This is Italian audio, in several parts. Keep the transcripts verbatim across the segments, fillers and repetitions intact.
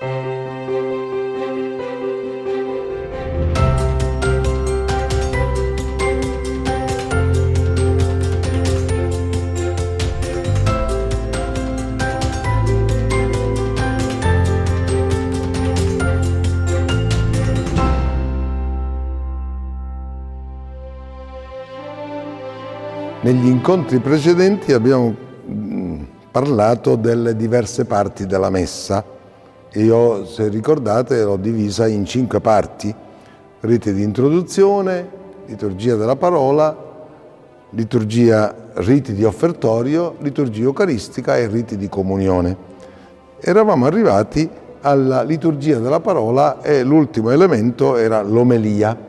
Negli incontri precedenti abbiamo parlato delle diverse parti della messa. Io, se ricordate, l'ho divisa in cinque parti: riti di introduzione, liturgia della parola, liturgia, riti di offertorio, liturgia eucaristica e riti di comunione. Eravamo arrivati alla liturgia della parola e l'ultimo elemento era l'omelia.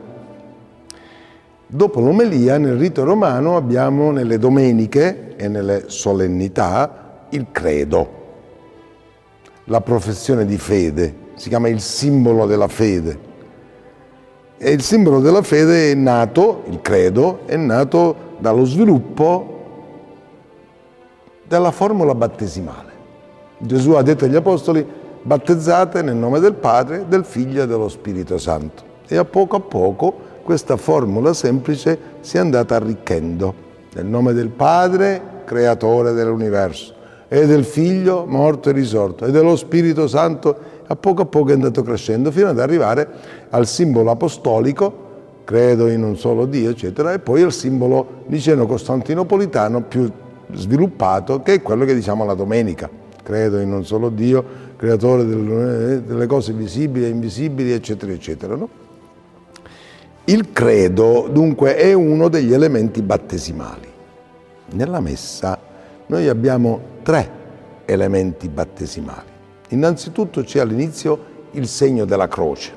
Dopo l'omelia, nel rito romano abbiamo nelle domeniche e nelle solennità il credo, la professione di fede, si chiama il simbolo della fede. E il simbolo della fede è nato, il credo, è nato dallo sviluppo della formula battesimale. Gesù ha detto agli apostoli: battezzate nel nome del Padre, del Figlio e dello Spirito Santo. E a poco a poco questa formula semplice si è andata arricchendo. Nel nome del Padre, creatore dell'universo, e del Figlio, morto e risorto, e dello Spirito Santo, a poco a poco è andato crescendo, fino ad arrivare al simbolo apostolico, credo in un solo Dio, eccetera, e poi al simbolo niceno-costantinopolitano più sviluppato, che è quello che diciamo la domenica. Credo in un solo Dio, creatore delle cose visibili e invisibili, eccetera, eccetera, no? Il credo, dunque, è uno degli elementi battesimali. Nella messa noi abbiamo tre elementi battesimali. Innanzitutto c'è all'inizio il segno della croce.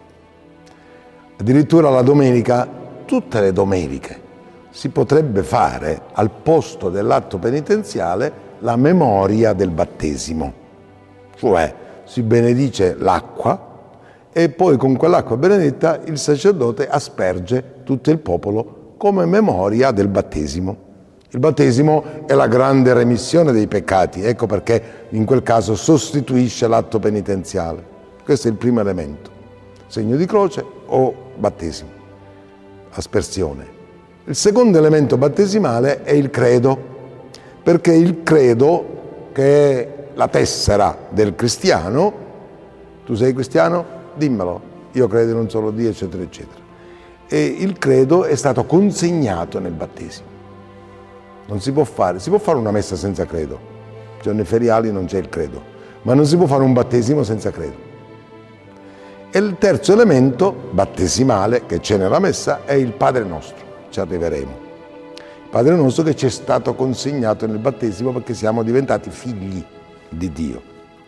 Addirittura la domenica, tutte le domeniche, si potrebbe fare al posto dell'atto penitenziale la memoria del battesimo. Cioè si benedice l'acqua e poi con quell'acqua benedetta il sacerdote asperge tutto il popolo come memoria del battesimo. Il battesimo è la grande remissione dei peccati, ecco perché in quel caso sostituisce l'atto penitenziale. Questo è il primo elemento: segno di croce o battesimo, aspersione. Il secondo elemento battesimale è il credo, perché il credo, che è la tessera del cristiano, tu sei cristiano? Dimmelo, io credo in un solo Dio, eccetera, eccetera. E il credo è stato consegnato nel battesimo. Non si può fare, si può fare una messa senza credo. Giorni feriali non c'è il credo, ma non si può fare un battesimo senza credo. E il terzo elemento battesimale che c'è nella messa è il Padre Nostro, ci arriveremo. Il Padre Nostro che ci è stato consegnato nel battesimo perché siamo diventati figli di Dio.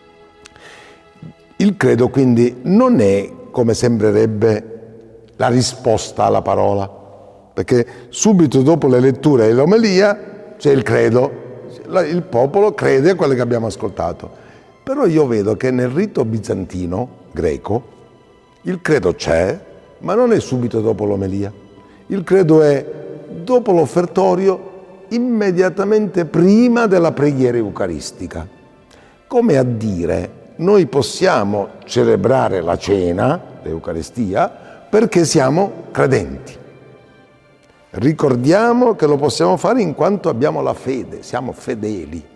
Il credo quindi non è, come sembrerebbe, la risposta alla parola, perché subito dopo le letture e l'omelia c'è il credo, il popolo crede a quello che abbiamo ascoltato. Però io vedo che nel rito bizantino, greco, il credo c'è, ma non è subito dopo l'omelia. Il credo è dopo l'offertorio, immediatamente prima della preghiera eucaristica. Come a dire: noi possiamo celebrare la cena, l'Eucaristia, perché siamo credenti. Ricordiamo che lo possiamo fare in quanto abbiamo la fede, siamo fedeli.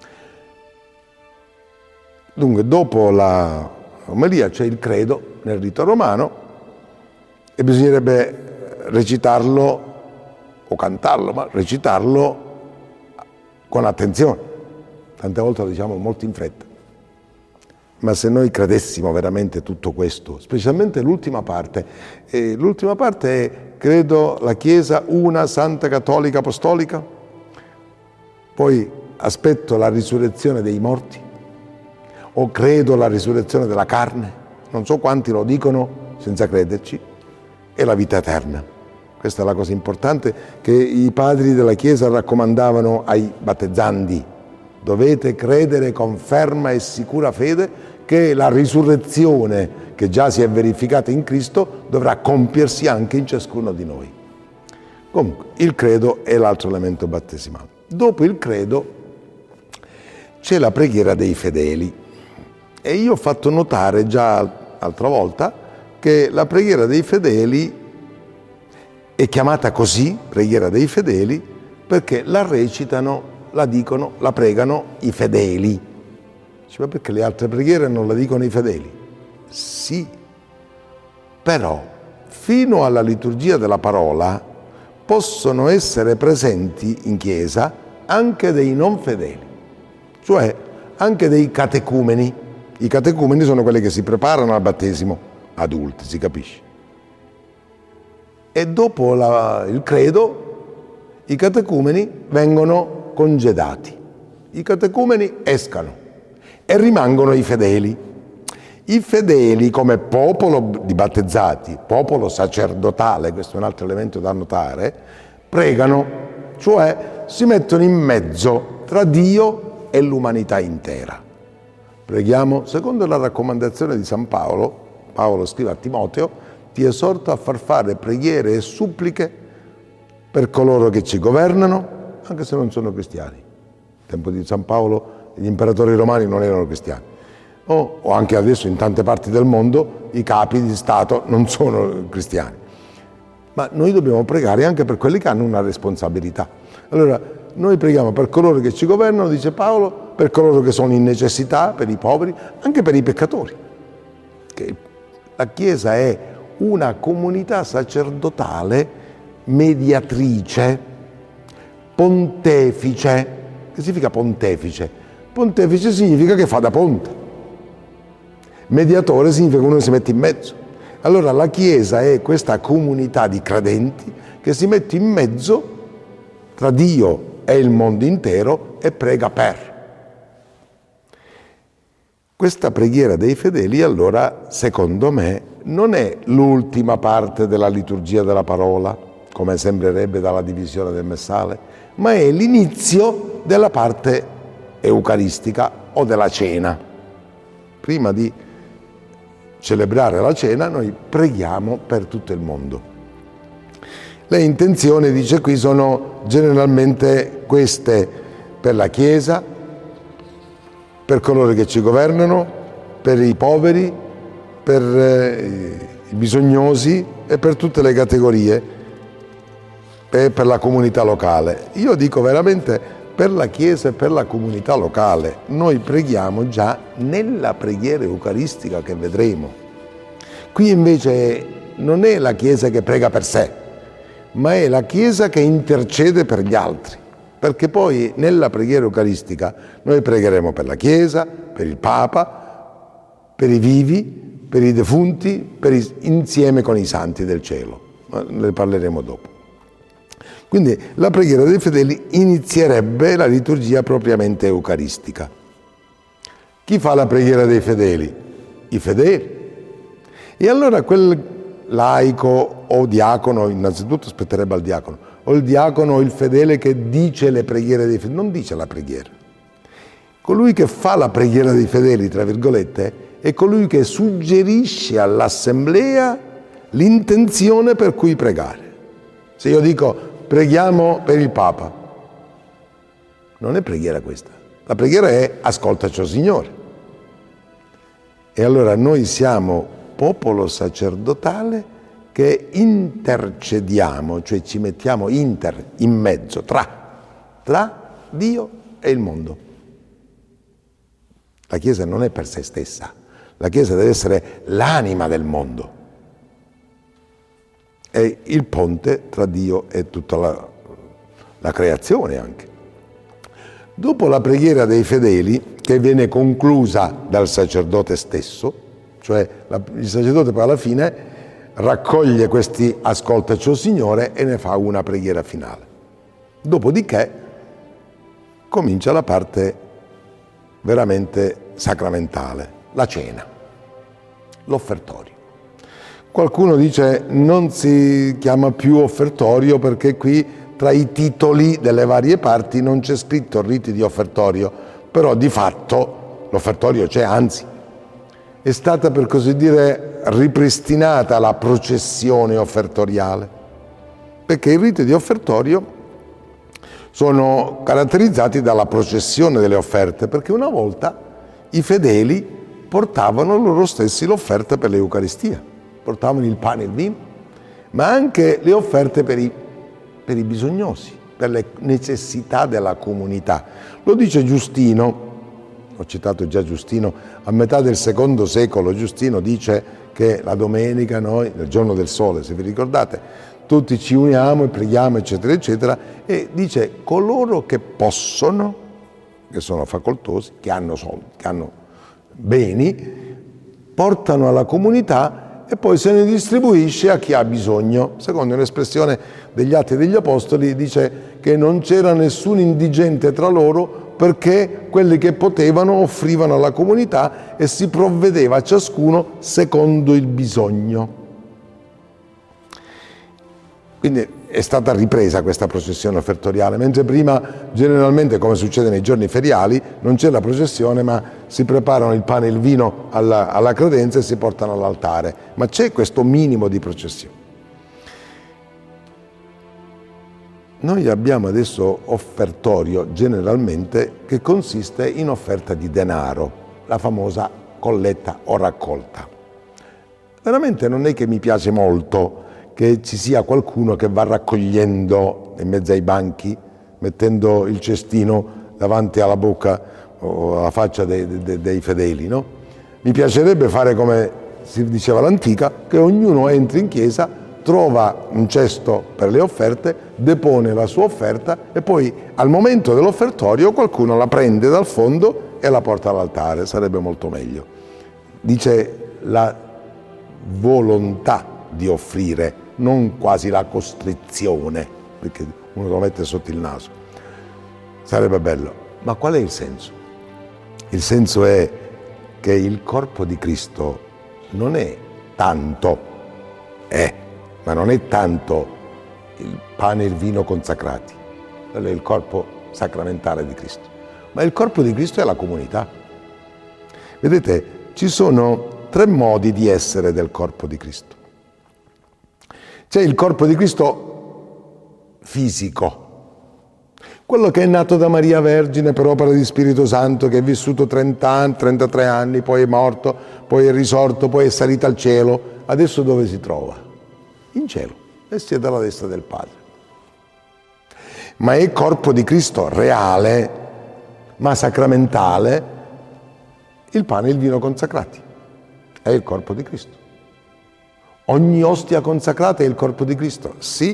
Dunque, dopo la omelia c'è il credo nel rito romano e bisognerebbe recitarlo o cantarlo, ma recitarlo con attenzione. Tante volte lo diciamo molto in fretta. Ma se noi credessimo veramente tutto questo, specialmente l'ultima parte, eh, l'ultima parte è: credo la Chiesa una, santa, cattolica, apostolica, poi aspetto la risurrezione dei morti, o credo la risurrezione della carne, non so quanti lo dicono senza crederci, e la vita eterna. Questa è la cosa importante che i padri della Chiesa raccomandavano ai battezzandi: dovete credere con ferma e sicura fede che la risurrezione che già si è verificata in Cristo dovrà compiersi anche in ciascuno di noi. Comunque, il credo è l'altro elemento battesimale. Dopo il credo c'è la preghiera dei fedeli. E io ho fatto notare già l'altra volta che la preghiera dei fedeli è chiamata così, preghiera dei fedeli, perché la recitano, la dicono, la pregano i fedeli. Dice, ma perché le altre preghiere non la dicono i fedeli? Sì, però fino alla liturgia della parola possono essere presenti in chiesa anche dei non fedeli, cioè anche dei catecumeni. I catecumeni sono quelli che si preparano al battesimo, adulti, si capisce. E dopo la, il credo, i catecumeni vengono congedati. I catecumeni escano e rimangono i fedeli. I fedeli come popolo di battezzati, popolo sacerdotale, questo è un altro elemento da notare, pregano, cioè si mettono in mezzo tra Dio e l'umanità intera. Preghiamo, secondo la raccomandazione di San Paolo, Paolo scrive a Timoteo, ti esorto a far fare preghiere e suppliche per coloro che ci governano, anche se non sono cristiani. Al tempo di San Paolo gli imperatori romani non erano cristiani. O, o anche adesso in tante parti del mondo i capi di Stato non sono cristiani. Ma noi dobbiamo pregare anche per quelli che hanno una responsabilità. Allora, noi preghiamo per coloro che ci governano, dice Paolo, per coloro che sono in necessità, per i poveri, anche per i peccatori. Che la Chiesa è una comunità sacerdotale mediatrice, pontefice. Che significa pontefice? Pontefice significa che fa da ponte. Mediatore significa che uno si mette in mezzo. Allora la Chiesa è questa comunità di credenti che si mette in mezzo tra Dio e il mondo intero e prega per. Questa preghiera dei fedeli, allora, secondo me, non è l'ultima parte della liturgia della parola, come sembrerebbe dalla divisione del messale, ma è l'inizio della parte eucaristica o della cena. Prima di celebrare la cena, noi preghiamo per tutto il mondo. Le intenzioni, dice qui, sono generalmente queste: per la Chiesa, per coloro che ci governano, per i poveri, per eh, i bisognosi e per tutte le categorie, e per la comunità locale. Io dico veramente per la Chiesa e per la comunità locale. Noi preghiamo già nella preghiera eucaristica che vedremo. Qui invece non è la Chiesa che prega per sé, ma è la Chiesa che intercede per gli altri, perché poi nella preghiera eucaristica noi pregheremo per la Chiesa, per il Papa, per i vivi, per i defunti, per i, insieme con i santi del cielo. Ma ne parleremo dopo. Quindi la preghiera dei fedeli inizierebbe la liturgia propriamente eucaristica. Chi fa la preghiera dei fedeli? I fedeli. E allora quel laico o diacono, innanzitutto spetterebbe al diacono, o il diacono o il fedele che dice le preghiere dei fedeli, non dice la preghiera. Colui che fa la preghiera dei fedeli, tra virgolette, è colui che suggerisce all'assemblea l'intenzione per cui pregare. Se io dico preghiamo per il Papa, non è preghiera questa. La preghiera è ascoltaci, o Signore. E allora noi siamo popolo sacerdotale che intercediamo, cioè ci mettiamo inter, in mezzo, tra, tra Dio e il mondo. La Chiesa non è per se stessa, la Chiesa deve essere l'anima del mondo. È il ponte tra Dio e tutta la, la creazione anche. Dopo la preghiera dei fedeli, che viene conclusa dal sacerdote stesso, cioè la, il sacerdote poi alla fine raccoglie questi ascoltaci, o Signore, e ne fa una preghiera finale. Dopodiché comincia la parte veramente sacramentale, la cena, l'offertorio. Qualcuno dice non si chiama più offertorio perché qui tra i titoli delle varie parti non c'è scritto riti di offertorio, però di fatto l'offertorio c'è, anzi è stata per così dire ripristinata la processione offertoriale, perché i riti di offertorio sono caratterizzati dalla processione delle offerte, perché una volta i fedeli portavano loro stessi l'offerta per l'Eucaristia, portavano il pane e il vino, ma anche le offerte per i, per i bisognosi, per le necessità della comunità. Lo dice Giustino, ho citato già Giustino, a metà del secondo secolo Giustino dice che la domenica noi, nel giorno del sole, se vi ricordate, tutti ci uniamo e preghiamo, eccetera, eccetera, e dice coloro che possono, che sono facoltosi, che hanno soldi, che hanno beni, portano alla comunità e poi se ne distribuisce a chi ha bisogno. Secondo un'espressione degli Atti degli Apostoli dice che non c'era nessun indigente tra loro perché quelli che potevano offrivano alla comunità e si provvedeva a ciascuno secondo il bisogno. Quindi è stata ripresa questa processione offertoriale, mentre prima generalmente, come succede nei giorni feriali, non c'è la processione ma si preparano il pane e il vino alla, alla credenza e si portano all'altare, ma c'è questo minimo di processione. Noi abbiamo adesso offertorio generalmente che consiste in offerta di denaro, la famosa colletta o raccolta. Veramente non è che mi piace molto che ci sia qualcuno che va raccogliendo in mezzo ai banchi, mettendo il cestino davanti alla bocca o alla faccia dei, dei, dei fedeli, no? Mi piacerebbe fare come si diceva all'antica, che ognuno entri in chiesa, trova un cesto per le offerte, depone la sua offerta e poi al momento dell'offertorio qualcuno la prende dal fondo e la porta all'altare, sarebbe molto meglio. Dice la volontà di offrire, non quasi la costrizione, perché uno lo mette sotto il naso. Sarebbe bello. Ma qual è il senso? Il senso è che il corpo di Cristo non è tanto, è, ma non è tanto il pane e il vino consacrati, quello è il corpo sacramentale di Cristo, ma il corpo di Cristo è la comunità. Vedete, ci sono tre modi di essere del corpo di Cristo. C'è il corpo di Cristo fisico, quello che è nato da Maria Vergine per opera di Spirito Santo, che è vissuto trenta anni, trentatré anni, poi è morto, poi è risorto, poi è salito al cielo. Adesso dove si trova? In cielo, e siede alla destra del Padre. Ma è il corpo di Cristo reale, ma sacramentale, il pane e il vino consacrati. È il corpo di Cristo. Ogni ostia consacrata è il corpo di Cristo? Sì.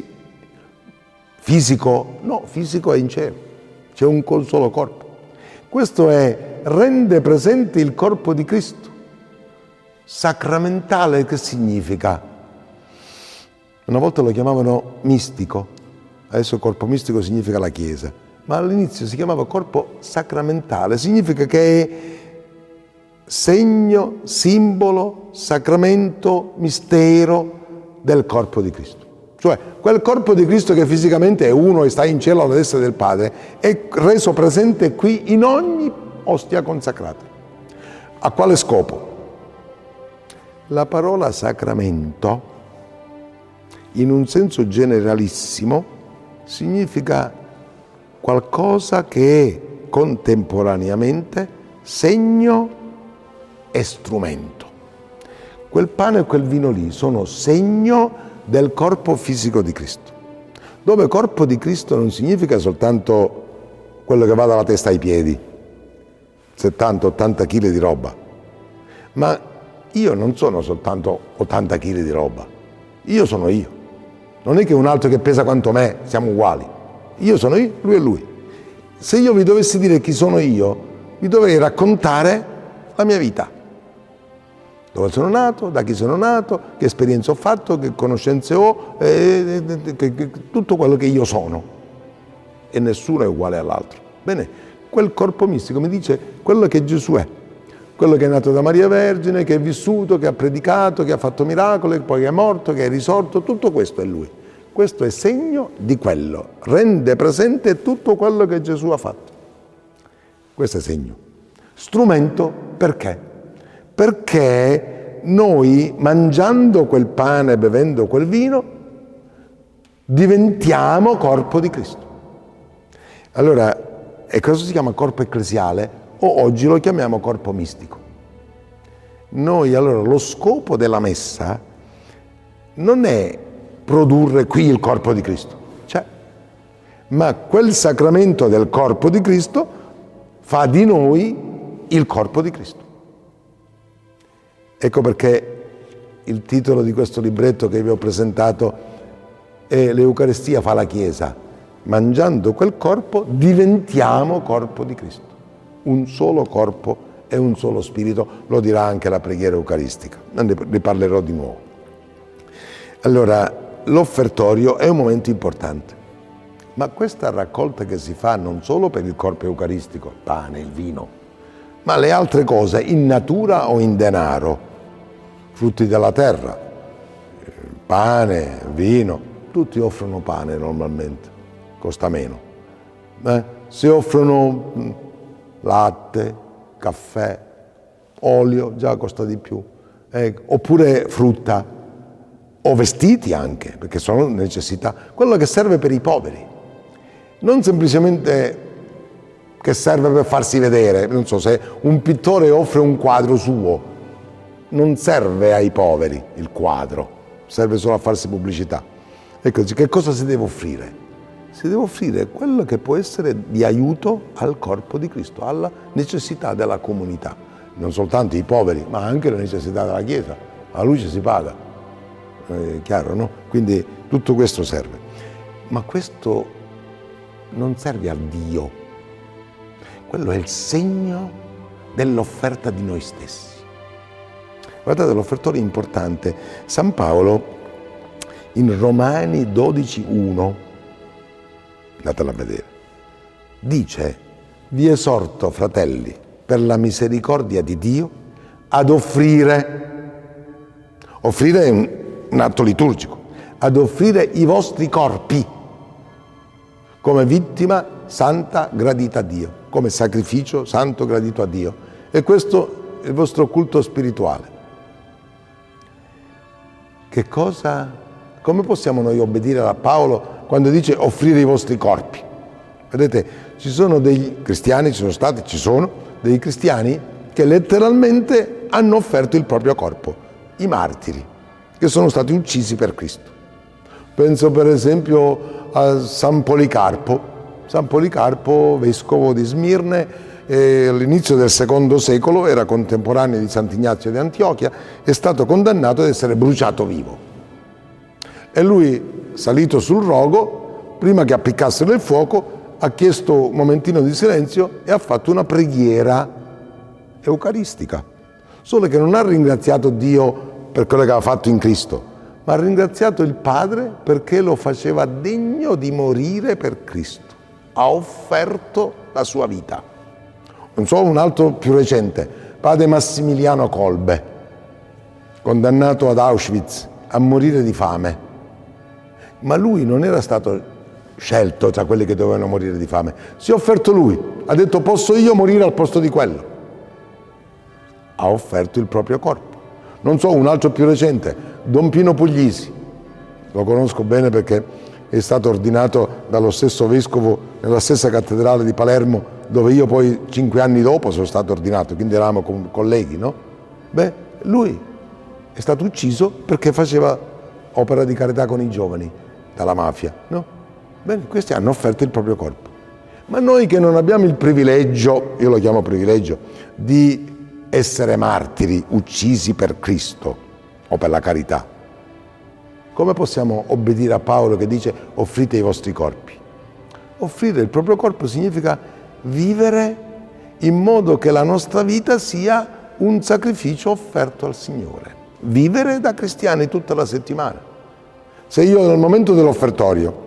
Fisico? No, fisico è in cielo. C'è un solo corpo. Questo è, rende presente il corpo di Cristo. Sacramentale che significa? Una volta lo chiamavano mistico, adesso corpo mistico significa la Chiesa, ma all'inizio si chiamava corpo sacramentale, significa che è segno, simbolo, sacramento, mistero del corpo di Cristo. Cioè, quel corpo di Cristo che fisicamente è uno e sta in cielo alla destra del Padre, è reso presente qui in ogni ostia consacrata. A quale scopo? La parola sacramento, in un senso generalissimo, significa qualcosa che è contemporaneamente segno e strumento. Quel pane e quel vino lì sono segno del corpo fisico di Cristo, dove corpo di Cristo non significa soltanto quello che va dalla testa ai piedi, settanta ottanta chili di roba, ma io non sono soltanto ottanta chili di roba, io sono io, non è che un altro che pesa quanto me, siamo uguali, io sono io, lui è lui. Se io vi dovessi dire chi sono io, vi dovrei raccontare la mia vita. Dove sono nato, da chi sono nato, che esperienze ho fatto, che conoscenze ho, eh, che, che, tutto quello che io sono. E nessuno è uguale all'altro. Bene, quel corpo mistico mi dice quello che Gesù è, quello che è nato da Maria Vergine, che è vissuto, che ha predicato, che ha fatto miracoli, poi è morto, che è risorto, tutto questo è Lui. Questo è segno di quello, rende presente tutto quello che Gesù ha fatto. Questo è segno. Strumento perché? Perché noi, mangiando quel pane e bevendo quel vino, diventiamo corpo di Cristo. Allora, e cosa si chiama corpo ecclesiale? O oggi lo chiamiamo corpo mistico. noi allora lo scopo della messa non è produrre qui il corpo di Cristo, cioè, ma quel sacramento del corpo di Cristo fa di noi il corpo di Cristo. Ecco perché il titolo di questo libretto che vi ho presentato è L'Eucaristia fa la Chiesa. Mangiando quel corpo diventiamo corpo di Cristo. Un solo corpo e un solo spirito, lo dirà anche la preghiera eucaristica. Ne riparlerò di nuovo. Allora, l'offertorio è un momento importante, ma questa raccolta che si fa non solo per il corpo eucaristico, il pane, il vino, ma le altre cose in natura o in denaro, frutti della terra, pane, vino, tutti offrono pane normalmente, costa meno. Eh? Se offrono latte, caffè, olio, già costa di più, eh, oppure frutta, o vestiti anche, perché sono necessità, quello che serve per i poveri, non semplicemente che serve per farsi vedere. Non so, se un pittore offre un quadro suo, non serve ai poveri il quadro, serve solo a farsi pubblicità. Ecco, che cosa si deve offrire? Si deve offrire quello che può essere di aiuto al corpo di Cristo, alla necessità della comunità, non soltanto i poveri, ma anche le necessità della Chiesa. La luce si paga, è chiaro, no? Quindi tutto questo serve. Ma questo non serve a Dio, quello è il segno dell'offerta di noi stessi. Guardate, l'offertorio è importante. San Paolo in Romani dodici uno, andatela a vedere, dice: vi esorto, fratelli, per la misericordia di Dio, ad offrire, offrire è un, un atto liturgico, ad offrire i vostri corpi come vittima santa gradita a Dio, come sacrificio santo gradito a Dio. E questo è il vostro culto spirituale. Che cosa, come possiamo noi obbedire a Paolo quando dice offrire i vostri corpi? Vedete, ci sono dei cristiani, ci sono stati, ci sono dei cristiani che letteralmente hanno offerto il proprio corpo, i martiri, che sono stati uccisi per Cristo. Penso per esempio a San Policarpo, San Policarpo, vescovo di Smirne, e all'inizio del secondo secolo, era contemporaneo di Sant'Ignazio di Antiochia, è stato condannato ad essere bruciato vivo. E lui, salito sul rogo, prima che appiccassero il fuoco, ha chiesto un momentino di silenzio e ha fatto una preghiera eucaristica. Solo che non ha ringraziato Dio per quello che aveva fatto in Cristo, ma ha ringraziato il Padre perché lo faceva degno di morire per Cristo. Ha offerto la sua vita. Non so, un altro più recente, padre Massimiliano Kolbe, condannato ad Auschwitz a morire di fame. Ma lui non era stato scelto tra quelli che dovevano morire di fame. Si è offerto lui, ha detto: posso io morire al posto di quello. Ha offerto il proprio corpo. Non so, un altro più recente, Don Pino Puglisi, lo conosco bene perché è stato ordinato dallo stesso vescovo nella stessa cattedrale di Palermo, dove io poi cinque anni dopo sono stato ordinato, quindi eravamo colleghi, no? Beh, lui è stato ucciso perché faceva opera di carità con i giovani dalla mafia, no? Bene, questi hanno offerto il proprio corpo. Ma noi che non abbiamo il privilegio, io lo chiamo privilegio, di essere martiri, uccisi per Cristo o per la carità, come possiamo obbedire a Paolo che dice: offrite i vostri corpi? Offrire il proprio corpo significa vivere in modo che la nostra vita sia un sacrificio offerto al Signore. Vivere da cristiani tutta la settimana. Se io nel momento dell'offertorio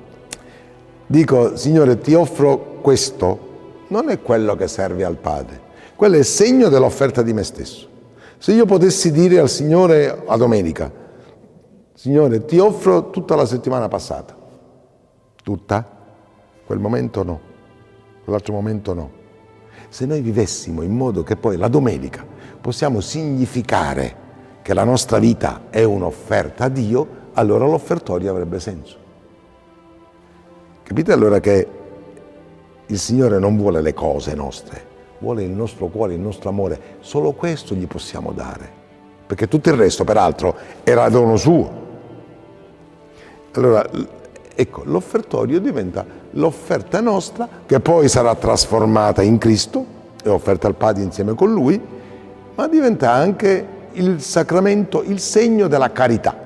dico: Signore, ti offro questo, non è quello che serve al Padre, quello è il segno dell'offerta di me stesso. Se io potessi dire al Signore a domenica: Signore, ti offro tutta la settimana passata, tutta? Quel momento no, quell'altro momento no. Se noi vivessimo in modo che poi la domenica possiamo significare che la nostra vita è un'offerta a Dio, allora l'offertorio avrebbe senso. Capite allora che il Signore non vuole le cose nostre, vuole il nostro cuore, il nostro amore. Solo questo gli possiamo dare, perché tutto il resto, peraltro, era dono suo. Allora, ecco, l'offertorio diventa l'offerta nostra, che poi sarà trasformata in Cristo e offerta al Padre insieme con Lui, ma diventa anche il sacramento, il segno della carità.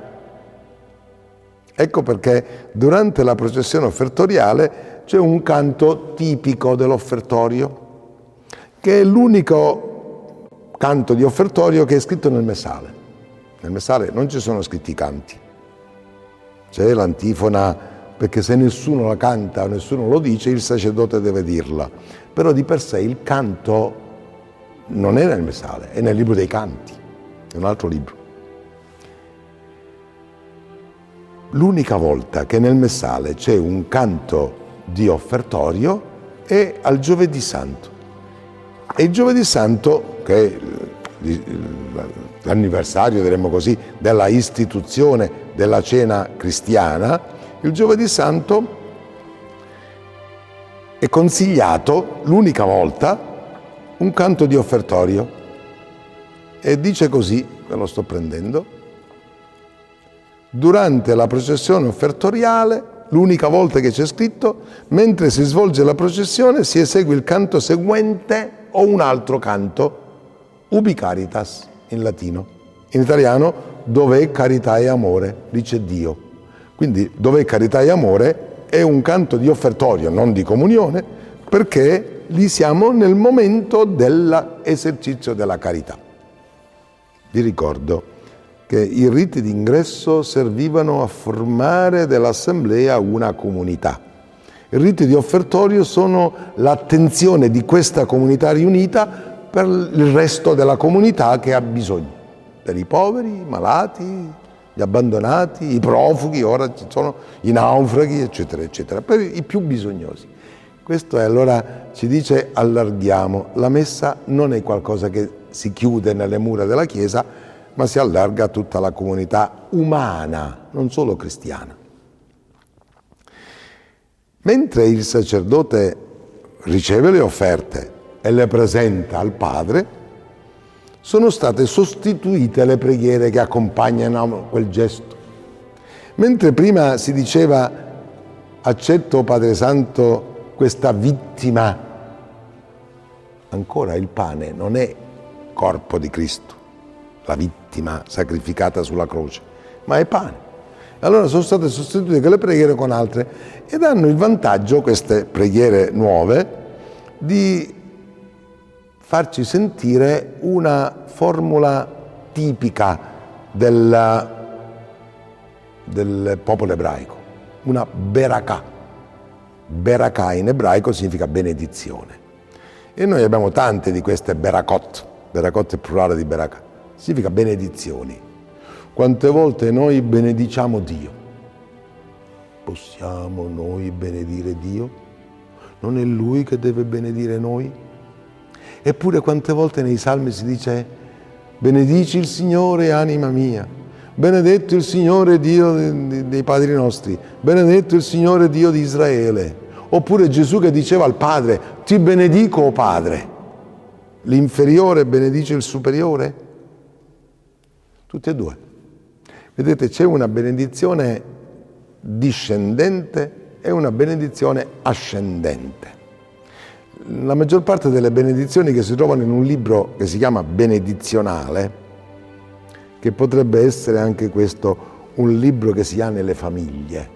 Ecco perché durante la processione offertoriale c'è un canto tipico dell'offertorio, che è l'unico canto di offertorio che è scritto nel Messale. Nel Messale non ci sono scritti i canti. C'è l'antifona, perché se nessuno la canta o nessuno lo dice, il sacerdote deve dirla. Però di per sé il canto non è nel Messale, è nel libro dei canti, è un altro libro. L'unica volta che nel Messale c'è un canto di offertorio è al Giovedì Santo. E il Giovedì Santo, che è l'anniversario, diremmo così, della istituzione della cena cristiana, il Giovedì Santo è consigliato l'unica volta un canto di offertorio. E dice così, ve lo sto prendendo: durante la processione offertoriale, l'unica volta che c'è scritto, mentre si svolge la processione si esegue il canto seguente o un altro canto, ubi caritas in latino. In italiano, dov'è carità e amore, dice Dio. Quindi dov'è carità e amore è un canto di offertorio, non di comunione, perché lì siamo nel momento dell'esercizio della carità. Vi ricordo che i riti d'ingresso servivano a formare dell'assemblea una comunità. I riti di offertorio sono l'attenzione di questa comunità riunita per il resto della comunità che ha bisogno, per i poveri, i malati, gli abbandonati, i profughi, ora ci sono i naufraghi, eccetera, eccetera, per i più bisognosi. Questo è, allora ci dice, allarghiamo. La messa non è qualcosa che si chiude nelle mura della Chiesa, ma si allarga a tutta la comunità umana, non solo cristiana. Mentre il sacerdote riceve le offerte e le presenta al Padre, sono state sostituite le preghiere che accompagnano quel gesto. Mentre prima si diceva accetto, Padre Santo, questa vittima, ancora il pane non è corpo di Cristo, la vittima sacrificata sulla croce, ma è pane. Allora sono state sostituite quelle preghiere con altre ed hanno il vantaggio, queste preghiere nuove, di farci sentire una formula tipica del, del popolo ebraico, una berakah. Berakah in ebraico significa benedizione. E noi abbiamo tante di queste berakot, berakot è plurale di berakah, significa benedizioni. Quante volte noi benediciamo Dio? Possiamo noi benedire Dio? Non è Lui che deve benedire noi? Eppure quante volte nei salmi si dice benedici il Signore, anima mia, benedetto il Signore Dio dei padri nostri, benedetto il Signore Dio di Israele. Oppure Gesù che diceva al Padre, ti benedico, o Padre. L'inferiore benedice il superiore? Tutti e due. Vedete, c'è una benedizione discendente e una benedizione ascendente. La maggior parte delle benedizioni che si trovano in un libro che si chiama benedizionale, che potrebbe essere anche questo un libro che si ha nelle famiglie.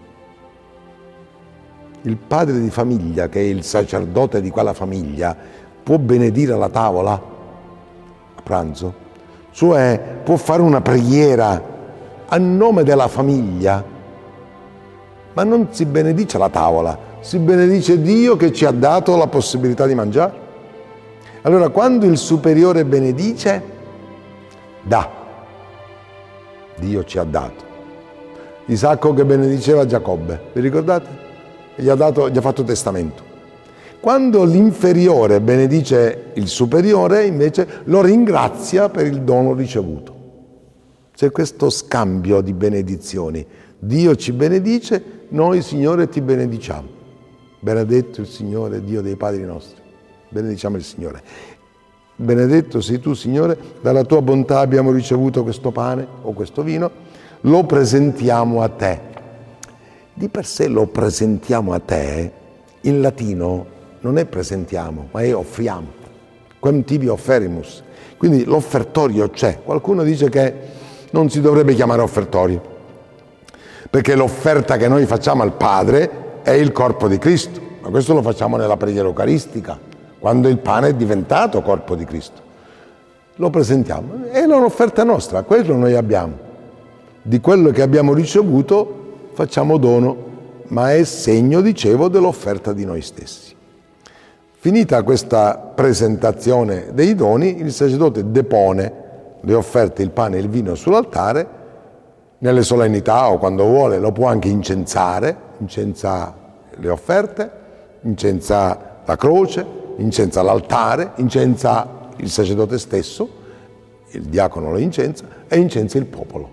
Il padre di famiglia, che è il sacerdote di quella famiglia, può benedire la tavola a pranzo, cioè può fare una preghiera a nome della famiglia, ma non si benedice la tavola, si benedice Dio che ci ha dato la possibilità di mangiare. Allora, quando il superiore benedice, dà. Dio ci ha dato. Isacco che benediceva Giacobbe, vi ricordate? Gli ha dato, gli ha fatto testamento. Quando l'inferiore benedice il superiore, invece lo ringrazia per il dono ricevuto. C'è questo scambio di benedizioni. Dio ci benedice, noi, Signore, ti benediciamo. Benedetto il Signore, Dio dei padri nostri. benediciamo il Signore. Benedetto sei tu, Signore, dalla tua bontà abbiamo ricevuto questo pane o questo vino, lo presentiamo a te. Di per sé lo presentiamo a te, in latino non è presentiamo, ma è offriamo. Quem tibi offerimus. Quindi l'offertorio c'è. Qualcuno dice che non si dovrebbe chiamare offertorio, perché l'offerta che noi facciamo al Padre è il corpo di Cristo, ma questo lo facciamo nella preghiera eucaristica, quando il pane è diventato corpo di Cristo. Lo presentiamo, è un'offerta nostra, quello noi abbiamo. Di quello che abbiamo ricevuto facciamo dono, ma è segno, dicevo, dell'offerta di noi stessi. Finita questa presentazione dei doni, il sacerdote depone le offerte, il pane e il vino sull'altare, nelle solennità o quando vuole lo può anche incensare, incensa le offerte, incensa la croce, incensa l'altare, incensa il sacerdote stesso, il diacono lo incensa e incensa il popolo.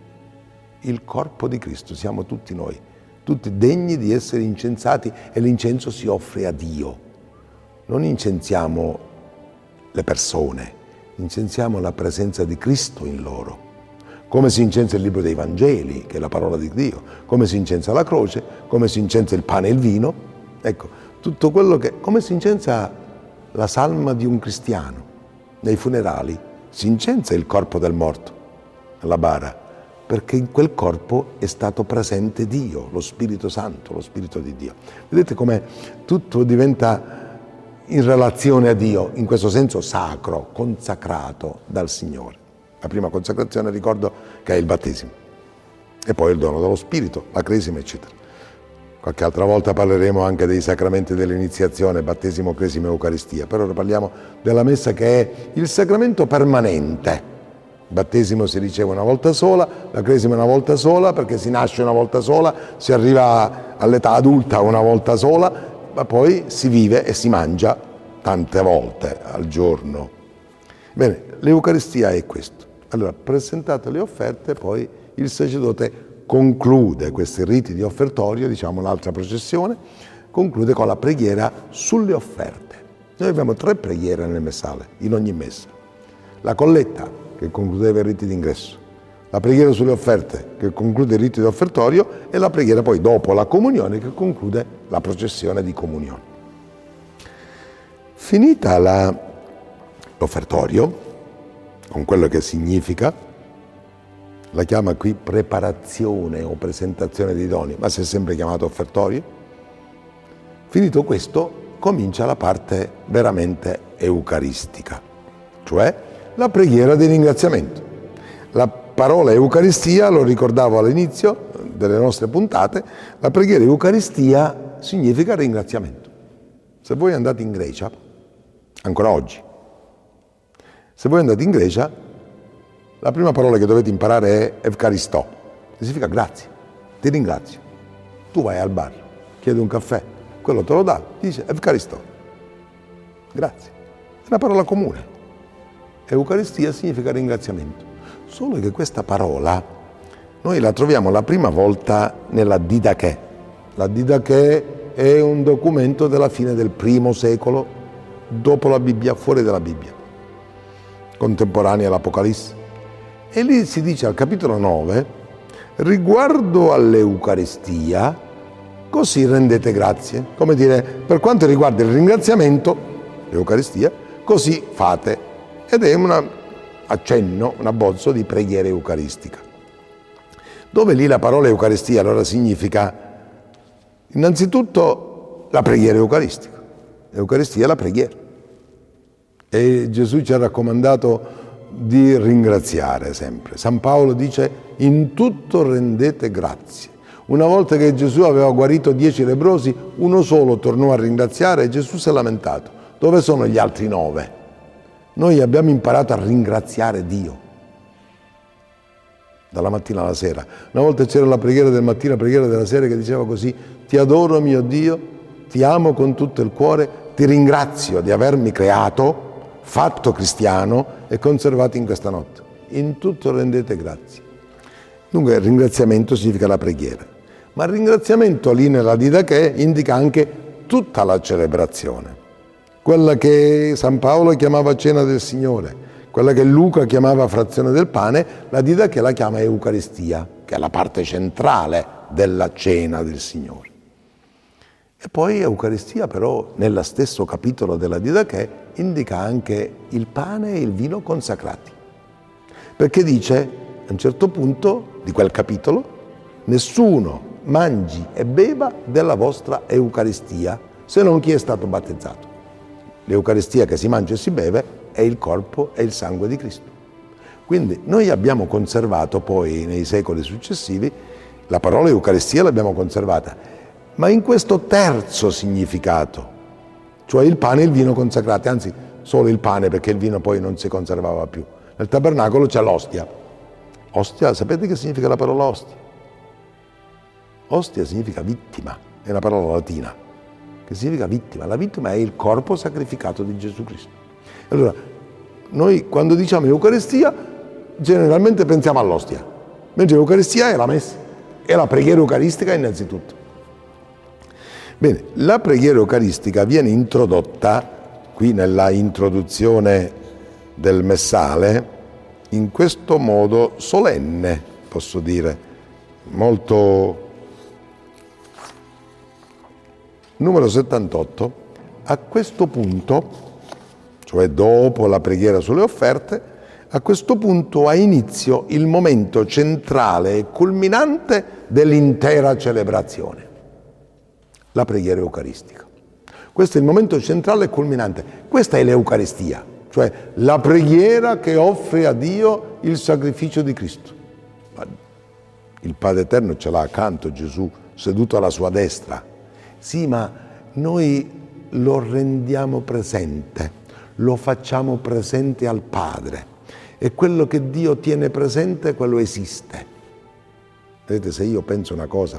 Il corpo di Cristo siamo tutti noi, tutti degni di essere incensati, e l'incenso si offre a Dio. Non incensiamo le persone, incensiamo la presenza di Cristo in loro. Come si incensa il libro dei Vangeli, che è la parola di Dio, come si incensa la croce, come si incensa il pane e il vino. Ecco, tutto quello che... come si incensa la salma di un cristiano. Nei funerali si incensa il corpo del morto, alla bara, perché in quel corpo è stato presente Dio, lo Spirito Santo, lo Spirito di Dio. Vedete come tutto diventa in relazione a Dio, in questo senso sacro, consacrato dal Signore. La prima consacrazione, ricordo, che è il battesimo, e poi il dono dello Spirito, la cresima, eccetera. Qualche altra volta parleremo anche dei sacramenti dell'iniziazione, battesimo, cresima e Eucaristia. Per ora parliamo della Messa, che è il sacramento permanente. Il battesimo si riceve una volta sola, la cresima una volta sola, perché si nasce una volta sola, si arriva all'età adulta una volta sola, ma poi si vive e si mangia tante volte al giorno. Bene, l'Eucaristia è questo. Allora, presentate le offerte, poi il sacerdote conclude questi riti di offertorio, diciamo l'altra processione, conclude con la preghiera sulle offerte. Noi abbiamo tre preghiere nel messale, in ogni messa. La colletta, che concludeva i riti d'ingresso, la preghiera sulle offerte, che conclude il rito di offertorio, e la preghiera poi dopo la comunione, che conclude la processione di comunione. Finita la, l'offertorio, con quello che significa, la chiama qui preparazione o presentazione dei doni, ma si è sempre chiamato offertorio. Finito questo, comincia la parte veramente eucaristica, cioè la preghiera di ringraziamento. La parola Eucaristia, lo ricordavo all'inizio delle nostre puntate, la preghiera Eucaristia significa ringraziamento. Se voi andate in Grecia, ancora oggi, se voi andate in Grecia, la prima parola che dovete imparare è Evcharistò, che significa grazie, ti ringrazio. Tu vai al bar, chiedi un caffè, quello te lo dà, ti dice Evcharistò, grazie. È una parola comune. Eucaristia significa ringraziamento. Solo che questa parola noi la troviamo la prima volta nella Didache. La Didache è un documento della fine del primo secolo, dopo la Bibbia, fuori dalla Bibbia, contemporanea all'Apocalisse. E lì si dice al capitolo nove, riguardo all'Eucaristia, così rendete grazie. Come dire, per quanto riguarda il ringraziamento, l'Eucaristia, così fate. Ed è un accenno, un abbozzo di preghiera eucaristica. Dove lì la parola Eucaristia allora significa innanzitutto la preghiera eucaristica. L'Eucaristia è la preghiera. E Gesù ci ha raccomandato di ringraziare sempre. San Paolo dice: in tutto rendete grazie. Una volta che Gesù aveva guarito dieci lebbrosi, uno solo tornò a ringraziare e Gesù si è lamentato. Dove sono gli altri nove? Noi abbiamo imparato a ringraziare Dio dalla mattina alla sera. Una volta c'era la preghiera del mattino, la preghiera della sera, che diceva così: ti adoro mio Dio, ti amo con tutto il cuore, ti ringrazio di avermi creato, fatto cristiano e conservato in questa notte. In tutto rendete grazie. Dunque il ringraziamento significa la preghiera, ma il ringraziamento lì nella Didache indica anche tutta la celebrazione. quella che San Paolo chiamava cena del Signore, quella che Luca chiamava frazione del pane, la Didache la chiama Eucaristia, che è la parte centrale della cena del Signore. E poi Eucaristia però, nello stesso capitolo della Didache, indica anche il pane e il vino consacrati. Perché dice, a un certo punto di quel capitolo, nessuno mangi e beva della vostra Eucaristia, se non chi è stato battezzato. L'Eucaristia che si mangia e si beve è il corpo e il sangue di Cristo. Quindi noi abbiamo conservato poi nei secoli successivi, la parola Eucaristia l'abbiamo conservata, ma in questo terzo significato, cioè il pane e il vino consacrati, anzi solo il pane perché il vino poi non si conservava più. Nel tabernacolo c'è l'ostia. Ostia, sapete che significa la parola ostia? Ostia significa vittima, è una parola latina, che significa vittima. La vittima è il corpo sacrificato di Gesù Cristo. Allora, noi quando diciamo Eucaristia, generalmente pensiamo all'ostia, mentre l'Eucaristia è la messa, è la preghiera eucaristica innanzitutto. Bene, la preghiera eucaristica viene introdotta, qui nella introduzione del messale, in questo modo solenne, posso dire, molto... Numero settantotto, a questo punto, cioè dopo la preghiera sulle offerte, a questo punto ha inizio il momento centrale e culminante dell'intera celebrazione, la preghiera eucaristica. Questo è il momento centrale e culminante. Questa è l'Eucaristia, cioè la preghiera che offre a Dio il sacrificio di Cristo. Il Padre Eterno ce l'ha accanto, Gesù, seduto alla sua destra. Sì, ma noi lo rendiamo presente, lo facciamo presente al Padre. E quello che Dio tiene presente, quello esiste. Vedete, se io penso una cosa,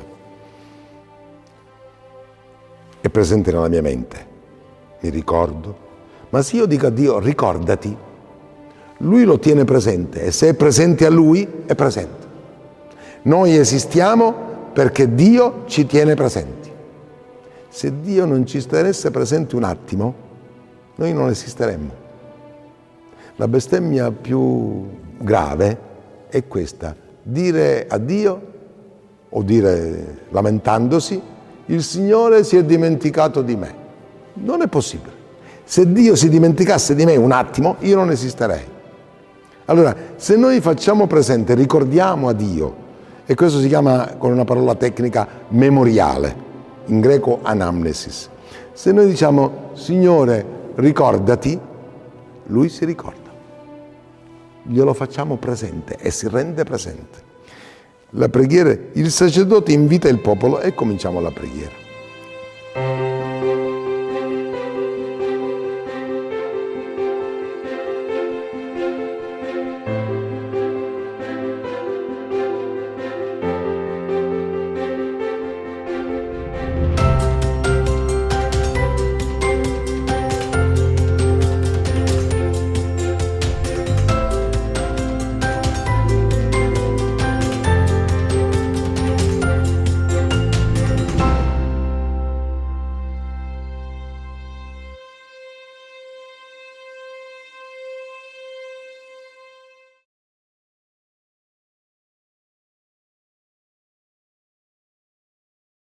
è presente nella mia mente, mi ricordo, ma se io dico a Dio ricordati, Lui lo tiene presente e se è presente a Lui, è presente. Noi esistiamo perché Dio ci tiene presenti. Se Dio non ci tenesse presente un attimo, noi non esisteremmo. La bestemmia più grave è questa, dire a Dio, o dire lamentandosi, il Signore si è dimenticato di me. Non è possibile. Se Dio si dimenticasse di me un attimo, io non esisterei. Allora, se noi facciamo presente, ricordiamo a Dio, e questo si chiama con una parola tecnica memoriale, in greco anamnesis. Se noi diciamo, Signore, ricordati, Lui si ricorda. Glielo facciamo presente e si rende presente. La preghiera, il sacerdote invita il popolo e cominciamo la preghiera.